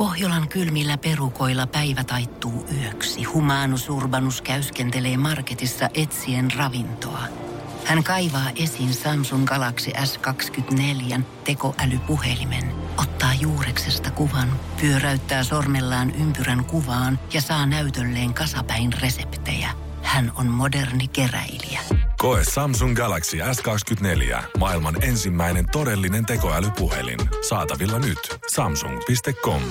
Pohjolan kylmillä perukoilla päivä taittuu yöksi. Humanus Urbanus käyskentelee marketissa etsien ravintoa. Hän kaivaa esiin Samsung Galaxy S24 tekoälypuhelimen, ottaa juureksesta kuvan, pyöräyttää sormellaan ympyrän kuvaan ja saa näytölleen kasapäin reseptejä. Hän on moderni keräilijä. Koe Samsung Galaxy S24. Maailman ensimmäinen todellinen tekoälypuhelin. Saatavilla nyt. Samsung.com.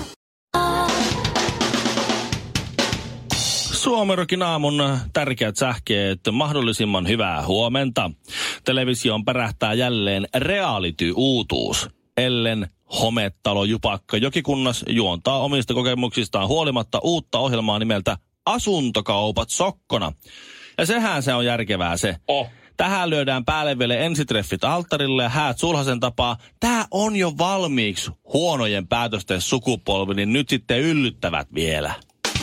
Suomerokin aamun tärkeät sähkeet, mahdollisimman hyvää huomenta. Televisioon pärähtää jälleen reality-uutuus. Ellen hometalo Jupakka Jokikunnas juontaa omista kokemuksistaan huolimatta uutta ohjelmaa nimeltä Asuntokaupat sokkona. Ja sehän se on järkevää se. Tähän lyödään päälle vielä ensitreffit alttarille ja häät sulhasen tapaa. Tää on jo valmiiksi huonojen päätösten sukupolvi, niin nyt sitten yllyttävät vielä.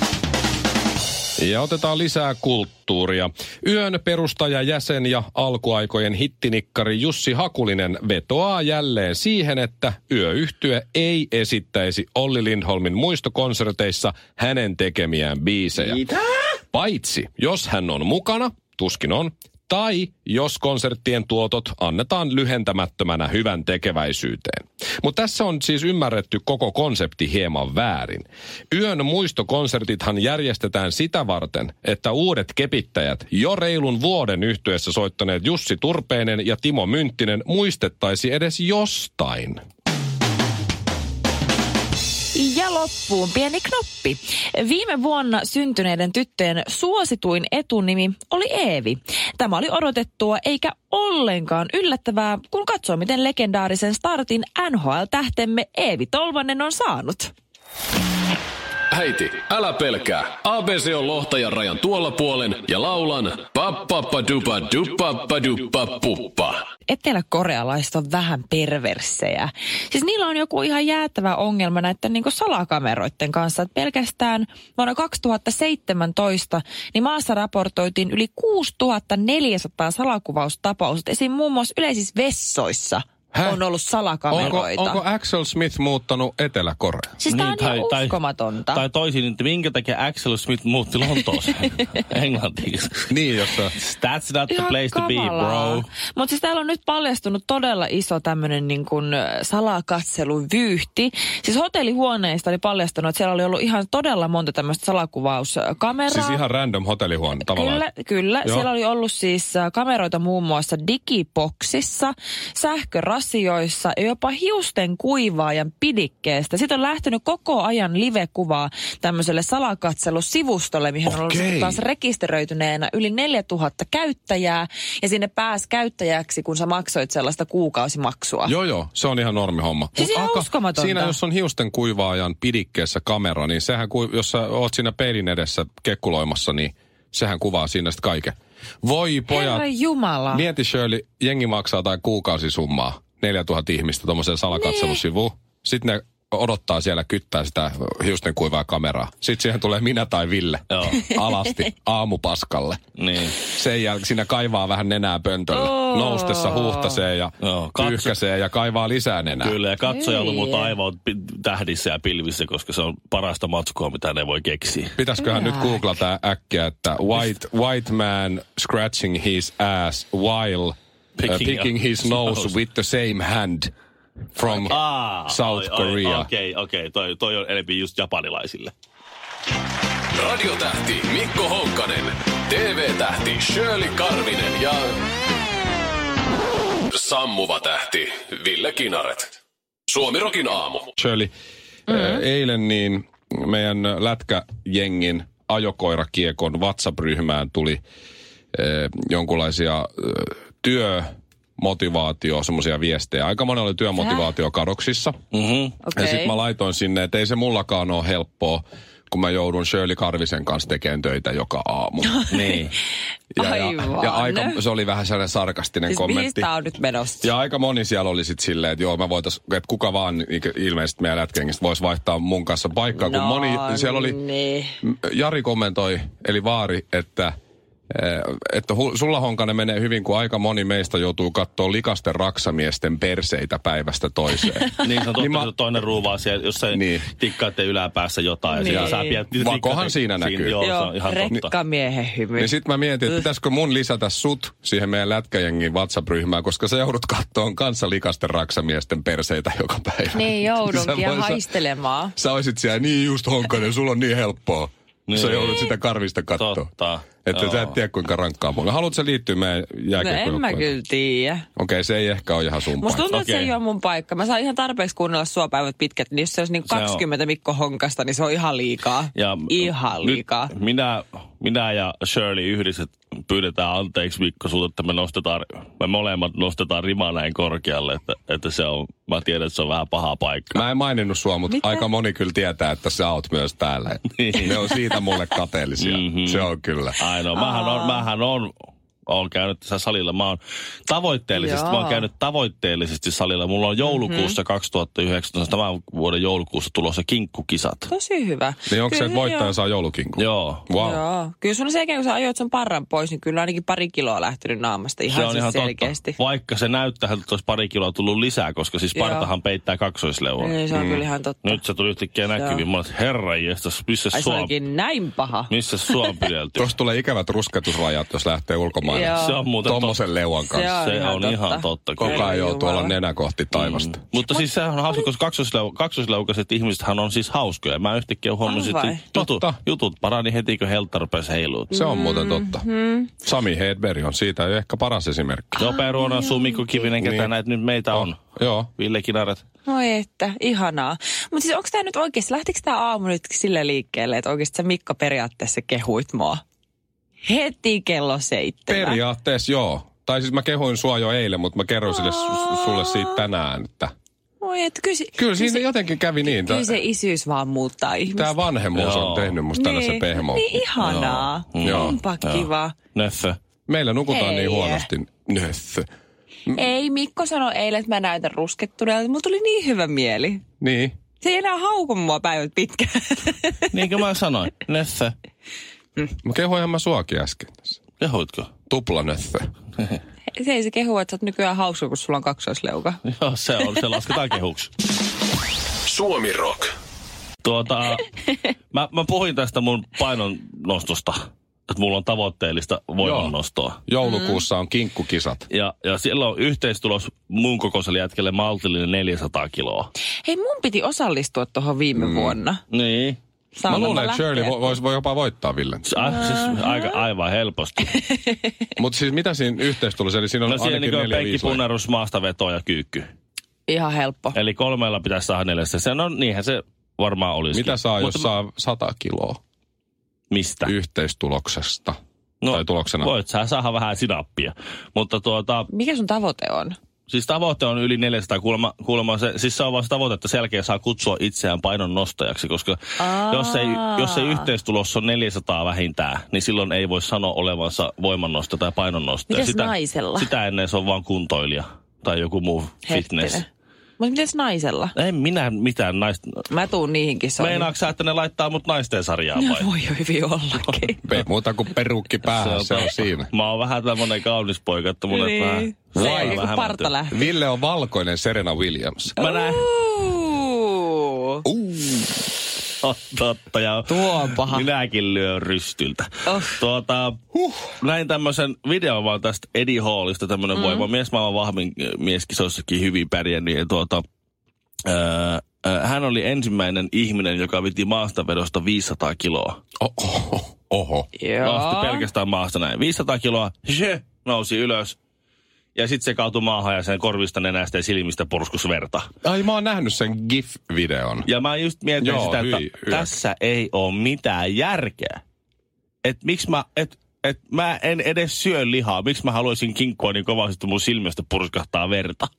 Ja otetaan lisää kulttuuria. Yön perustajajäsen ja alkuaikojen hittinikkari Jussi Hakulinen vetoaa jälleen siihen, että Yöyhtye ei esittäisi Olli Lindholmin muistokonserteissa hänen tekemiään biisejä. Mitä? Paitsi jos hän on mukana, tuskin on, tai jos konserttien tuotot annetaan lyhentämättömänä hyvän tekeväisyyteen. Mutta tässä on siis ymmärretty koko konsepti hieman väärin. Yön muistokonsertithan järjestetään sitä varten, että uudet kepittäjät, jo reilun vuoden yhtyeessä soittaneet Jussi Turpeinen ja Timo Mynttinen muistettaisi edes jostain. Ja loppuun pieni knoppi. Viime vuonna syntyneiden tyttöjen suosituin etunimi oli Eevi. Tämä oli odotettua eikä ollenkaan yllättävää, kun katsoo miten legendaarisen startin NHL-tähtemme Eevi Tolvanen on saanut. Äiti, älä pelkää. ABC on lohtajan rajan tuolla puolen ja laulan pappappadupadupappadupapuppa. Eteläkorealaiset on vähän perversejä. Siis niillä on joku ihan jäätävä ongelma näiden niin kuin salakameroiden kanssa. Että pelkästään vuonna 2017 niin maassa raportoitiin yli 6400 salakuvaustapausta. Esim. muun muassa yleisissä vessoissa on ollut salakameroita. Onko Axel Smith muuttanut Etelä-Koreaan? Siis tää on ihan uskomatonta. Tai toisin, että minkä takia Axel Smith muutti Lontooseen Englantiin. Niin, jossa... That's not the place to be, bro. Mutta siis täällä on nyt paljastunut todella iso tämmönen niin kuin salakatseluvyyhti. Siis hotellihuoneista oli paljastunut, että siellä oli ollut ihan todella monta tämmöistä salakuvauskameraa. Siis ihan random hotellihuone tavallaan. Kyllä. Siellä oli ollut siis kameroita muun muassa digiboksissa, sähkörasioissa ja jopa hiusten kuivaajan pidikkeestä. Sitten on lähtenyt koko ajan live-kuvaa tämmöiselle salakatselusivustolle, mihin on ollut taas rekisteröityneenä yli 4000 käyttäjää. Ja sinne pääsi käyttäjäksi, kun sä maksoit sellaista kuukausimaksua. Joo, se on ihan normihomma. Siis ihan uskomatonta. Siinä jos on hiusten kuivaajan pidikkeessä kamera, niin sehän, jos sä oot siinä peilin edessä kekkuloimassa, niin sehän kuvaa siinä sitten kaiken. Voi pojat. Herran Jumala. Mieti Shirley, jengi maksaa tai kuukausisummaa. 4000 ihmistä tommoseen salakatselusivuun. Sitten ne odottaa siellä kyttää sitä hiusten kuivaa kameraa. Sitten siihen tulee minä tai Ville alasti aamupaskalle. Niin. Sen jälkeen siinä kaivaa vähän nenää pöntölle. Noustessa huuhtasee ja pyyhkäsee ja kaivaa lisää nenää. Kyllä, ja katsojaluvut aivan tähdissä ja pilvissä, koska se on parasta matskua, mitä ne voi keksiä. Pitäisiköhän nyt googlata äkkiä, että white man scratching his ass while picking his nose with the same hand. From South Korea. Okei. Toi on enempi just japanilaisille. Radiotähti Mikko Honkanen, TV-tähti Shirley Karvinen ja sammuva tähti Ville Kinaret. Suomirokin aamu. Shirley, eilen niin meidän lätkäjengin ajokoirakiekon WhatsApp-ryhmään tuli jonkunlaisia motivaatio, semmoisia viestejä. Aika moni oli työmotivaatio kadoksissa. Ja sitten mä laitoin sinne, että ei se mullakaan ole helppoa, kun mä joudun Shirley Karvisen kanssa tekemään töitä joka aamu. Niin. Ja se oli vähän sellainen sarkastinen kommentti. Mistä on nyt menossa? Ja aika moni siellä oli sitten silleen, että joo, mä voitais, että kuka vaan ilmeisesti meidän lätkengistä voisi vaihtaa mun kanssa paikkaa. Kun siellä oli, Jari kommentoi, eli Vaari, että että sulla Honkanen menee hyvin, kun aika moni meistä joutuu katsoa likasten raksamiesten perseitä päivästä toiseen. Niin se on totta, toinen ruuvaa siellä, jos se tikkaatte yläpäässä jotain. Niin. Ja vakohan siinä näkyy. Joo, se on ihan rekkamiehen hymy. Niin sit mä mietin, että pitäisikö mun lisätä sut siihen meidän lätkäjengin WhatsApp-ryhmään, koska sä joudut kattoon kanssa likasten raksamiesten perseitä joka päivä. Niin joudunkin ja haistelemaan. Sä oisit siellä, niin just Honkanen, sulla on niin helppoa. Niin. Sä joudut sitä karvista katsoa. Totta. Että sä et tiedä kuinka rankkaa mulla. Haluatko sä liittyä meidän jääkiekkojoukkoon? En mä kyllä tiedä. Okei, se ei ehkä ole ihan sun paikka. Musta tuntuu, että se ei ole mun paikka. Mä saan ihan tarpeeksi kuunnella sua päivät pitkät. Niin jos se olisi niin 20 Mikko Honkasta, niin se on ihan liikaa. Ja ihan liikaa. Minä ja Shirley yhdessä pyydetään anteeksi Mikko sulta, että me molemmat nostetaan rimaa näin korkealle, että se on, mä tiedän, että se on vähän paha paikka. Mä en maininnut sua, mutta aika moni kyllä tietää, että sä oot myös täällä. Niin. Ne on siitä mulle kateellisia. Se on kyllä. Mähän on käynyt tässä salilla. Mä oon käynyt tavoitteellisesti salilla. Mulla on joulukuussa 2019, tämän vuoden joulukuussa tulossa kinkkukisat. Tosi hyvä. Niin onko se, että voittaja saa joulukinkku? Joo. Wow. Joo. Kyllä sun sen jälkeen, kun sä ajoit sen parran pois, niin kyllä ainakin 2 kiloa lähtenyt naamasta. Ihan se on ihan selkeästi. Totta. Vaikka se näyttää, että olisi 2 kiloa tullut lisää, koska siis partahan peittää kaksoisleuan. Niin, se on kyllä ihan totta. Nyt se tuli yhtäkkiä näkyviin. Mä olet, herranjestas, missä sua... Ai se onkin näin paha. Missä sua on pidelty? Tuossa tulee ikävät rusketusrajat, jos lähtee ulkomaille. Se on muuten tommosen leuan kanssa. Se on ihan totta. Koko ajan joutuu olla nenä kohti taivasta. Mutta siis sehän on hauska, koska kaksoisleukaset ihmisethän on siis hauskoja. Mä yhtäkkiä huomasin, että jutut parani heti, kun heltta rupesi heiluun. Se on muuten totta. Sami Hedberg on siitä jo ehkä paras esimerkki. Nopea Ruonan Mikko Kivinen, ketä näitä nyt meitä on. Joo. Ville Kinaret. Oi että, ihanaa. Mutta siis onko tämä nyt oikeasti, lähtikö tämä aamu nyt sille liikkeelle, että oikeasti sä Mikko periaatteessa kehuit mua? Heti kello 7. Periaatteessa joo. Tai siis mä kehuin sua jo eilen, mutta mä kerron sulle siitä tänään, että... Oi, että kyllä siinä jotenkin kävi niin. Kyllä se isyys vaan muuttaa ihmistä. Tämä vanhemmuus on tehnyt musta tällaisen pehmoon. Niin ihanaa. Onpa kiva. Nöffö. Meillä nukutaan niin huonosti. Nöffö. Ei, Mikko sanoi eilen, että mä näytän ruskettuneelta. Mulla tuli niin hyvä mieli. Niin. Se ei enää hauku mua päivät pitkään. Niin kuin mä sanoin, nöffö. Mä kehuinhan mä suakin äsken tässä. Kehuitko? Tuplanöffö. Se ei se kehu, että sä oot nykyään hauska, kun sulla on kaksoisleuka. Joo, se lasketaan kehuksi. Suomi Rock. Mä puhuin tästä mun painon nostosta, että mulla on tavoitteellista voimannostoa. Joulukuussa on kinkkukisat. Ja siellä on yhteistulos mun kokoiselle jätkelle maltillinen 400 kiloa. Hei, mun piti osallistua tuohon viime vuonna. Niin. Mä luulen, että Shirley voi jopa voittaa Villen. Siis aivan helposti. Mutta siis mitä siinä yhteistulossa? Eli siinä on ainakin 4-5 penkki, punnerus, maastaveto ja kyykky. Ihan helppo. Eli 3 pitäisi saada 4. Niinhän se varmaan olisikin. Mitä saa, jos saa 100 kiloa? Mistä? Yhteistuloksesta. Tai tuloksena. Voit sä saada vähän sinappia. Mutta mikä sun tavoite on? Siis tavoite on yli 400 kuulemma se on vaan se tavoite, että sen jälkeen saa kutsua itseään painon nostajaksi, koska jos ei yhteistulos on 400 vähintään, niin silloin ei voi sanoa olevansa voimannostaja tai painonnostaja. Mites naisella? Sitä ennen se on vaan kuntoilija tai joku muu fitness. Mutta mites naisella? En minä mitään naista. Mä tuun niihinkin soihin. Meinaatko sä, että ne laittaa mut naisten sarjaan vai? No voi jo hyvin ollakin. Ei muuta kuin perukki päähän, se on siinä. Mä oon vähän tämmönen kaunis poika, että mun niin. Vähän parta lähtee. Ville on valkoinen Serena Williams. Mä näen. Totta, ja tuo on paha. Minäkin lyön rystyltä. Näin tämmöisen videon vaan tästä Eddie Hallista, tämmönen voimamies, maailman vahvin mieskisossakin hyvin pärjännyt. Hän oli ensimmäinen ihminen, joka veti maastavedosta 500 kiloa. Oho. Nosti pelkästään maasta näin. 500 kiloa, nousi ylös. Ja sitten se kaatui maahan ja sen korvista, nenästä ja silmistä porskus verta. Ai, mä oon nähnyt sen GIF-videon. Ja mä just mietin sitä, että tässä ei ole mitään järkeä. Että miksi mä en edes syö lihaa. Miksi mä haluaisin kinkkua niin kovasti, että mun silmästä purskahtaa verta.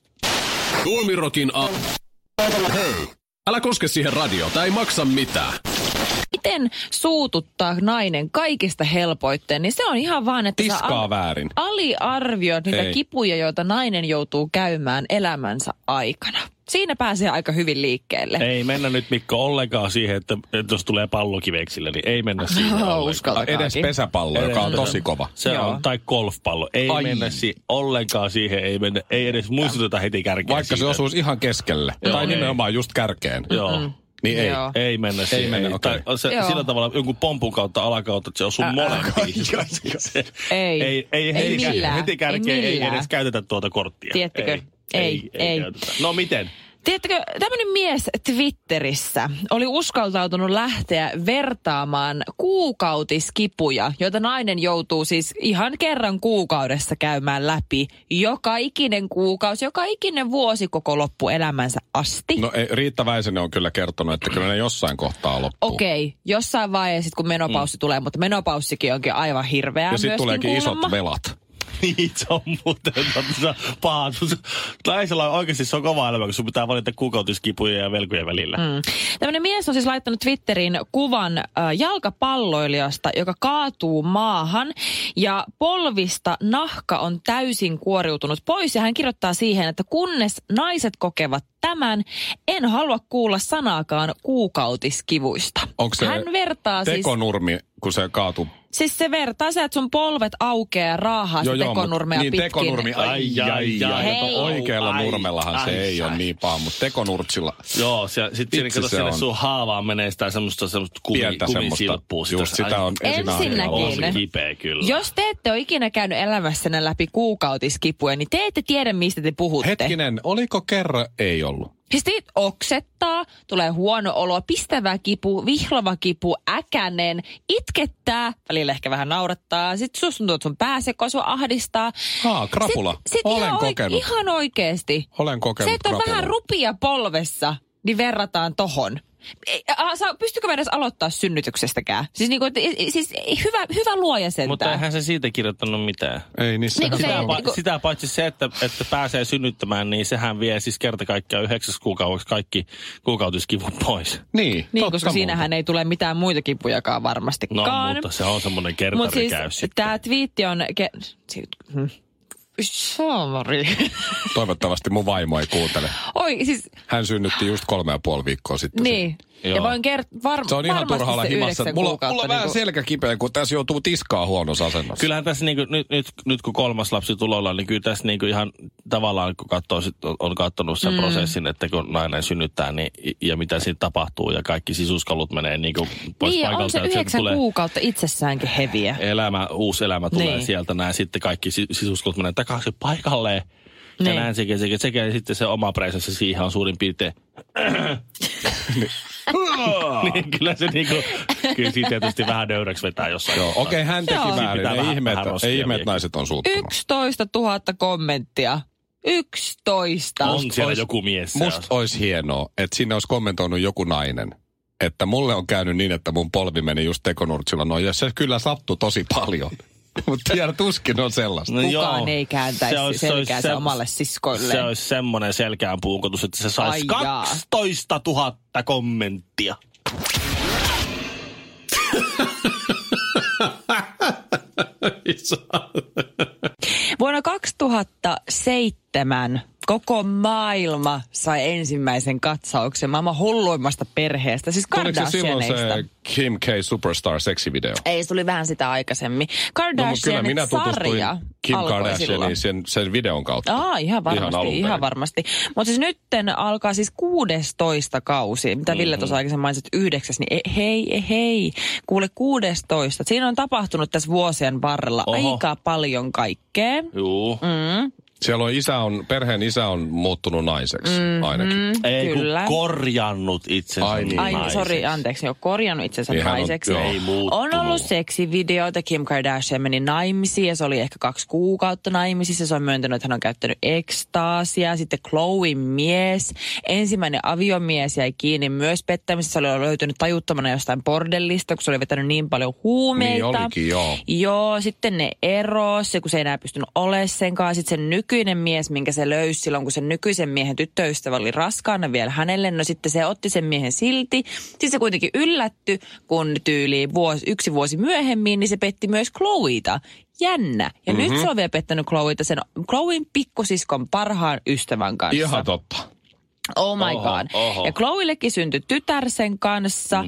Suomi Rockin Hei, älä koske siihen radioon, tää ei maksa mitään. miten suututtaa nainen kaikista helpoiten, niin se on ihan vaan, että Tiskaa väärin. aliarvioit niitä Ei. kipuja, joita nainen joutuu käymään elämänsä aikana. Siinä pääsee aika hyvin liikkeelle. Ei mennä nyt, Mikko, ollenkaan siihen, että jos tulee pallokiveksille, niin ei mennä siihen ollenkaan. Uskaltakaakin. Edes pesäpallo, joka on tosi kova. Se Joo. on, tai golfpallo. Ei mennä ollenkaan siihen, ei edes muistuteta heti kärkeen. Vaikka se osuisi ihan keskelle. Joo, Tai ei. nimenomaan just kärkeen. Joo. Niin ei. Joo. Ei mennä siihen. mennä, okei. Tai se, Joo. sillä tavalla jonkun pompun kautta, alakautta, että se osuu molempiin. Ei millään. heti kärkeen Ei ei millään. edes käytetä tuota korttia. Tiedättekö? Ei. käytetä. No miten? Tiedättekö, tämmöinen mies Twitterissä oli uskaltautunut lähteä vertaamaan kuukautiskipuja, joita nainen joutuu siis ihan kerran kuukaudessa käymään läpi. Joka ikinen kuukausi, joka ikinen vuosi koko loppuelämänsä asti. No Riitta Väisänen on kyllä kertonut, että kyllä ne jossain kohtaa loppuu. Okei, jossain vaiheessa, kun menopaussi tulee, mutta menopaussikin onkin aivan hirveää Ja sitten myöskin tuleekin kuulemma. isot velat. Niin, se on muuten paha. Naisella oikeasti se on kova elämä, kun sun pitää valita kuukautiskipuja ja velkojen välillä. Tämmöinen mies on siis laittanut Twitteriin kuvan jalkapalloilijasta, joka kaatuu maahan ja polvista nahka on täysin kuoriutunut pois. Ja hän kirjoittaa siihen, että kunnes naiset kokevat tämän, en halua kuulla sanaakaan kuukautiskivuista. Onko se hän vertaa tekonurmi, kun se kaatuu? Siis se vertaa se, että sun polvet aukeaa ja raahaa se tekonurmea niin pitkin. tekonurmi, ai. Hei. Oikealla Ai, nurmellahan se ai, ei ole niin paha, mutta tekonurtsilla. Joo, sitten siinä kato sinne sun haavaan menee sitä semmoista Pientä kumisilppua. just sitä on Ensinnäkin. On se kipeä kyllä. Jos te ette ole ikinä käynyt elämässänne läpi kuukautiskipuja, niin te ette tiedä, mistä te puhutte. Hetkinen, oliko kerran? Ei ollut. Sitten oksettaa, tulee huono olo, pistävä kipu, vihlova kipu, äkänen, itkettää, välillä ehkä vähän naurattaa. Sitten susta tuntuu, että sun pääsekko sua ahdistaa. Krapula. Sit Olen kokenut. ihan oikeesti. Olen kokenut Se, että on krapulaa. vähän rupia polvessa, niin verrataan tohon. Pystykö me edes aloittaa synnytyksestäkään? Siis, niinku, siis hyvä luoja sentään. Mutta eihän se siitä kirjoittanut mitään. Ei niissä. Niin kuin se- Sitä paitsi se, että pääsee synnyttämään, niin sehän vie siis kerta kaikkiaan 9 kuukaudeksi kaikki kuukautiskivut pois. Niin, Niin, koska siinähän ei tule mitään muita kipujakaan No, varmastikaan. mutta se on semmoinen Mutta siis kertarikäys sitten. tämä twiitti on... Saamari. Toivottavasti mun vaimo ei kuuntele. Oi, siis Hän synnytti just 3,5 viikkoa sitten. niin. Joo. Ja voin Se on ihan varmasti turha olla se himassa. 9 Mulla kuukautta on vähän niinku- selkä kipeä, kun tässä joutuu tiskaa huonossa asennossa. Kyllähän tässä niinku, nyt kun kolmas lapsi tulolla, niin kyllä tässä niinku ihan tavallaan, kun katsoo, on katsonut sen prosessin, että kun nainen synnyttää, niin, ja mitä siinä tapahtuu, ja kaikki sisuskalut menee niinku pois Niin, paikalta. on se että sieltä 9 kuukautta itsessäänkin heviä. uusi elämä tulee Niin. sieltä, näin sitten kaikki sisuskalut menee takaisin paikalleen. Ja Niin. näin sekä sitten se oma presenssi siihen on suurin piirtein. Niin kyllä se niinku, kyllä siitä tietysti vähän nöyräksi vetää jossain. Joo, okei, hän teki Joo. väärin. Pitää Ei vähän ihme, että roskia naiset on suuttunut. 11 000 kommenttia. 11. On siellä joku mies. Musta olisi hienoa, että sinne olisi kommentoinut joku nainen, että mulle on käynyt niin, että mun polvi meni just tekonurtsilla noin, ja se kyllä sattui tosi paljon. Mutta tiedä, tuskin on sellaista. No Kukaan joo. ei kääntäisi selkäänsä omalle siskoilleen. Se olisi semmoinen selkään puukotus, että se saisi Ai jaa. 12 000 kommenttia. Vuonna 2007 koko maailma sai ensimmäisen katsauksen maailman hulluimmasta perheestä, siis Tuliko se silloin Kardashianeista. se Kim K. Superstar seksivideo? Ei, se tuli vähän sitä aikaisemmin. No, mutta kyllä minä tutustuin Kardashian-sarja Kim alkoi Kardashianiin sen videon kautta. Ihan varmasti, ihan varmasti. Mutta siis nytten alkaa siis 16 kausi, mitä Ville tuossa aikaisemmin mainitsi, että 9, niin hei, kuule 16. Siinä on tapahtunut tässä vuosien varrella aika paljon kaikkea. Juu. Siellä on perheen isä on muuttunut naiseksi ainakin. Ei Kyllä. kun korjannut itsensä Ai niin. naiseksi. Sori, anteeksi, ei ole korjannut itsensä Niin hän on- naiseksi. joo. Ei muuttunut. On ollut seksivideoita, Kim Kardashian meni naimisiin ja se oli ehkä 2 kuukautta naimisissa. Se on myöntänyt, että hän on käyttänyt ekstaasia. Sitten Khloen mies, ensimmäinen aviomies jäi kiinni myös pettämisessä. Se oli löytynyt tajuttomana jostain bordellista, kun se oli vetänyt niin paljon huumeita. Niin olikin, joo. Joo, sitten ne erosi, kun se ei enää pystynyt olemaan sen kanssa. Sitten sen nykyinen mies, minkä se löysi silloin, kun sen nykyisen miehen tyttöystävä oli raskaana vielä hänelle. No sitten se otti sen miehen silti. Sitten se kuitenkin yllätty, kun tyyli yksi vuosi myöhemmin, niin se petti myös Chloeta. Jännä. Ja nyt se on vielä pettänyt Chloeta sen Chloen pikkusiskon parhaan ystävän kanssa. Ihan totta. Oh my god. Ja Chloellekin syntyi tytär sen kanssa.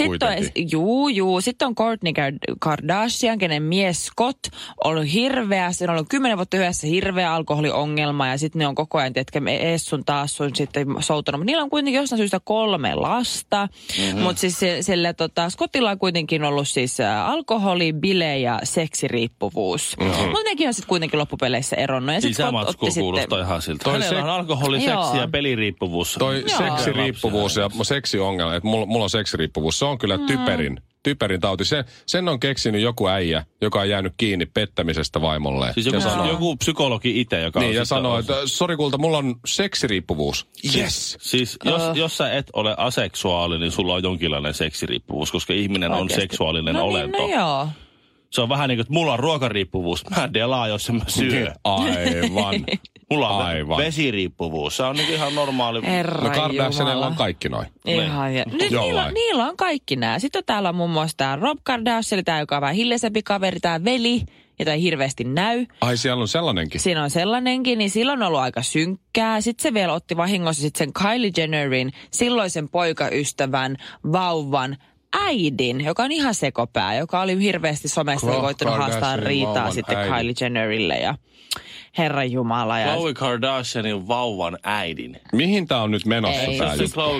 Sitten on Kourtney Kardashian, kenen mies Scott on hirveä. Se on ollut 10 vuotta yhdessä hirveä alkoholiongelma ja sitten ne on koko ajan, että ees sun taas sun sitten soutanut. Mutta niillä on kuitenkin jostain syystä 3 lasta. Mutta siis Scottilla on kuitenkin ollut siis alkoholi, bile ja seksiriippuvuus. Mutta nekin on sitten kuitenkin loppupeleissä eronnut. Ja Isämatsku kuulostaa ihan siltä. Hänellä on alkoholi, seksi ja peliriippuvuus. Toi seksiriippuvuus ja seksiongelma, että mulla on seksiriippuvuus, se on kyllä typerin tauti. Sen on keksinyt joku äijä, joka on jäänyt kiinni pettämisestä vaimolleen. Siis joku psykologi itse, joka niin, ja sanoo, että sori kulta, mulla on seksiriippuvuus. Yes! Siis jos sä et ole aseksuaalinen, niin sulla on jonkinlainen seksiriippuvuus, koska ihminen on seksuaalinen olento. No joo. Se on vähän niin kuin, että mulla on ruokariippuvuus. Mä delaa, jos en mä syö. Aivan. Mulla on vesiriippuvuus. Se on niin ihan normaali. No Kardashianilla on kaikki noin. Ihan niillä on kaikki nämä. Sitten täällä on muun muassa tämä Rob Kardashian, tämä joka on vähän hiljaisempi kaveri, tämä veli, jota ei hirveästi näy. Ai siellä on sellainenkin? Siinä on sellainenkin, niin silloin on ollut aika synkkää. Sitten se vielä otti vahingossa sen Kylie Jennerin silloisen poikaystävän vauvan äidin, joka on ihan sekopää, joka oli hirveästi somessa koittanut haastaa riitaa sitten Kylie Jennerille ja Herran Jumala. Khloe Kardashianin vauvan äidin. Mihin tää on nyt menossa tää?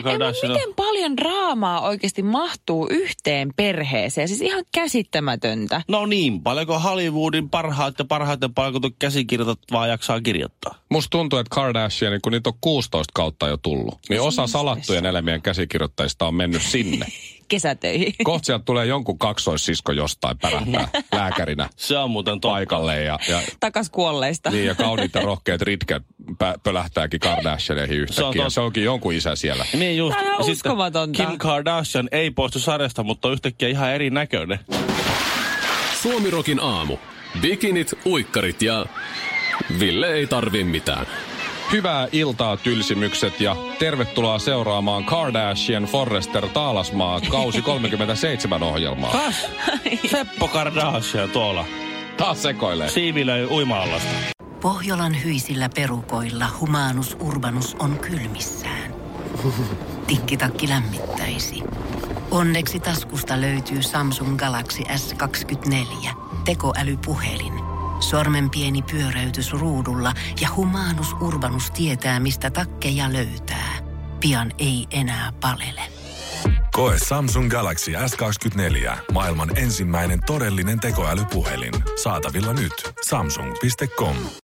Miten paljon draamaa oikeasti mahtuu yhteen perheeseen? Siis ihan käsittämätöntä. No niin, paljonko Hollywoodin parhaiten palkatut käsikirjoitat vaan jaksaa kirjoittaa? Musta tuntuu, että Kardashian, kun niitä on 16 kautta jo tullut, niin osa salattujen elämien käsikirjoittajista on mennyt sinne. Kesätöihin. Kohta sieltä tulee jonkun kaksoissisko jostain pärähtää lääkärinä. Se on muuten paikalle ja takas kuolleista. Niin, ja kauniit ja rohkeat ritket pölähtääkin Kardashianeihin yhtäkkiä. Se onkin jonkun isä siellä. Niin just. Tämä on uskomatonta. Kim Kardashian ei poistu sarjasta, mutta on yhtäkkiä ihan erinäköinen. Suomirokin aamu. Bikinit, uikkarit ja Ville ei tarvi mitään. Hyvää iltaa tylsimykset ja tervetuloa seuraamaan Kardashian Forrester Taalasmaa kausi 37 ohjelmaa. Seppo Kardashian tuolla. Taas sekoilee. Siivilöi uima-allasta. Pohjolan hyisillä perukoilla Humanus Urbanus on kylmissään. Tikkitakki lämmittäisi. Onneksi taskusta löytyy Samsung Galaxy S24. Tekoälypuhelin. Sormen pieni pyöräytys ruudulla ja Humanus Urbanus tietää, mistä takkeja löytää. Pian ei enää palele. Koe Samsung Galaxy S24. Maailman ensimmäinen todellinen tekoälypuhelin. Saatavilla nyt. Samsung.com.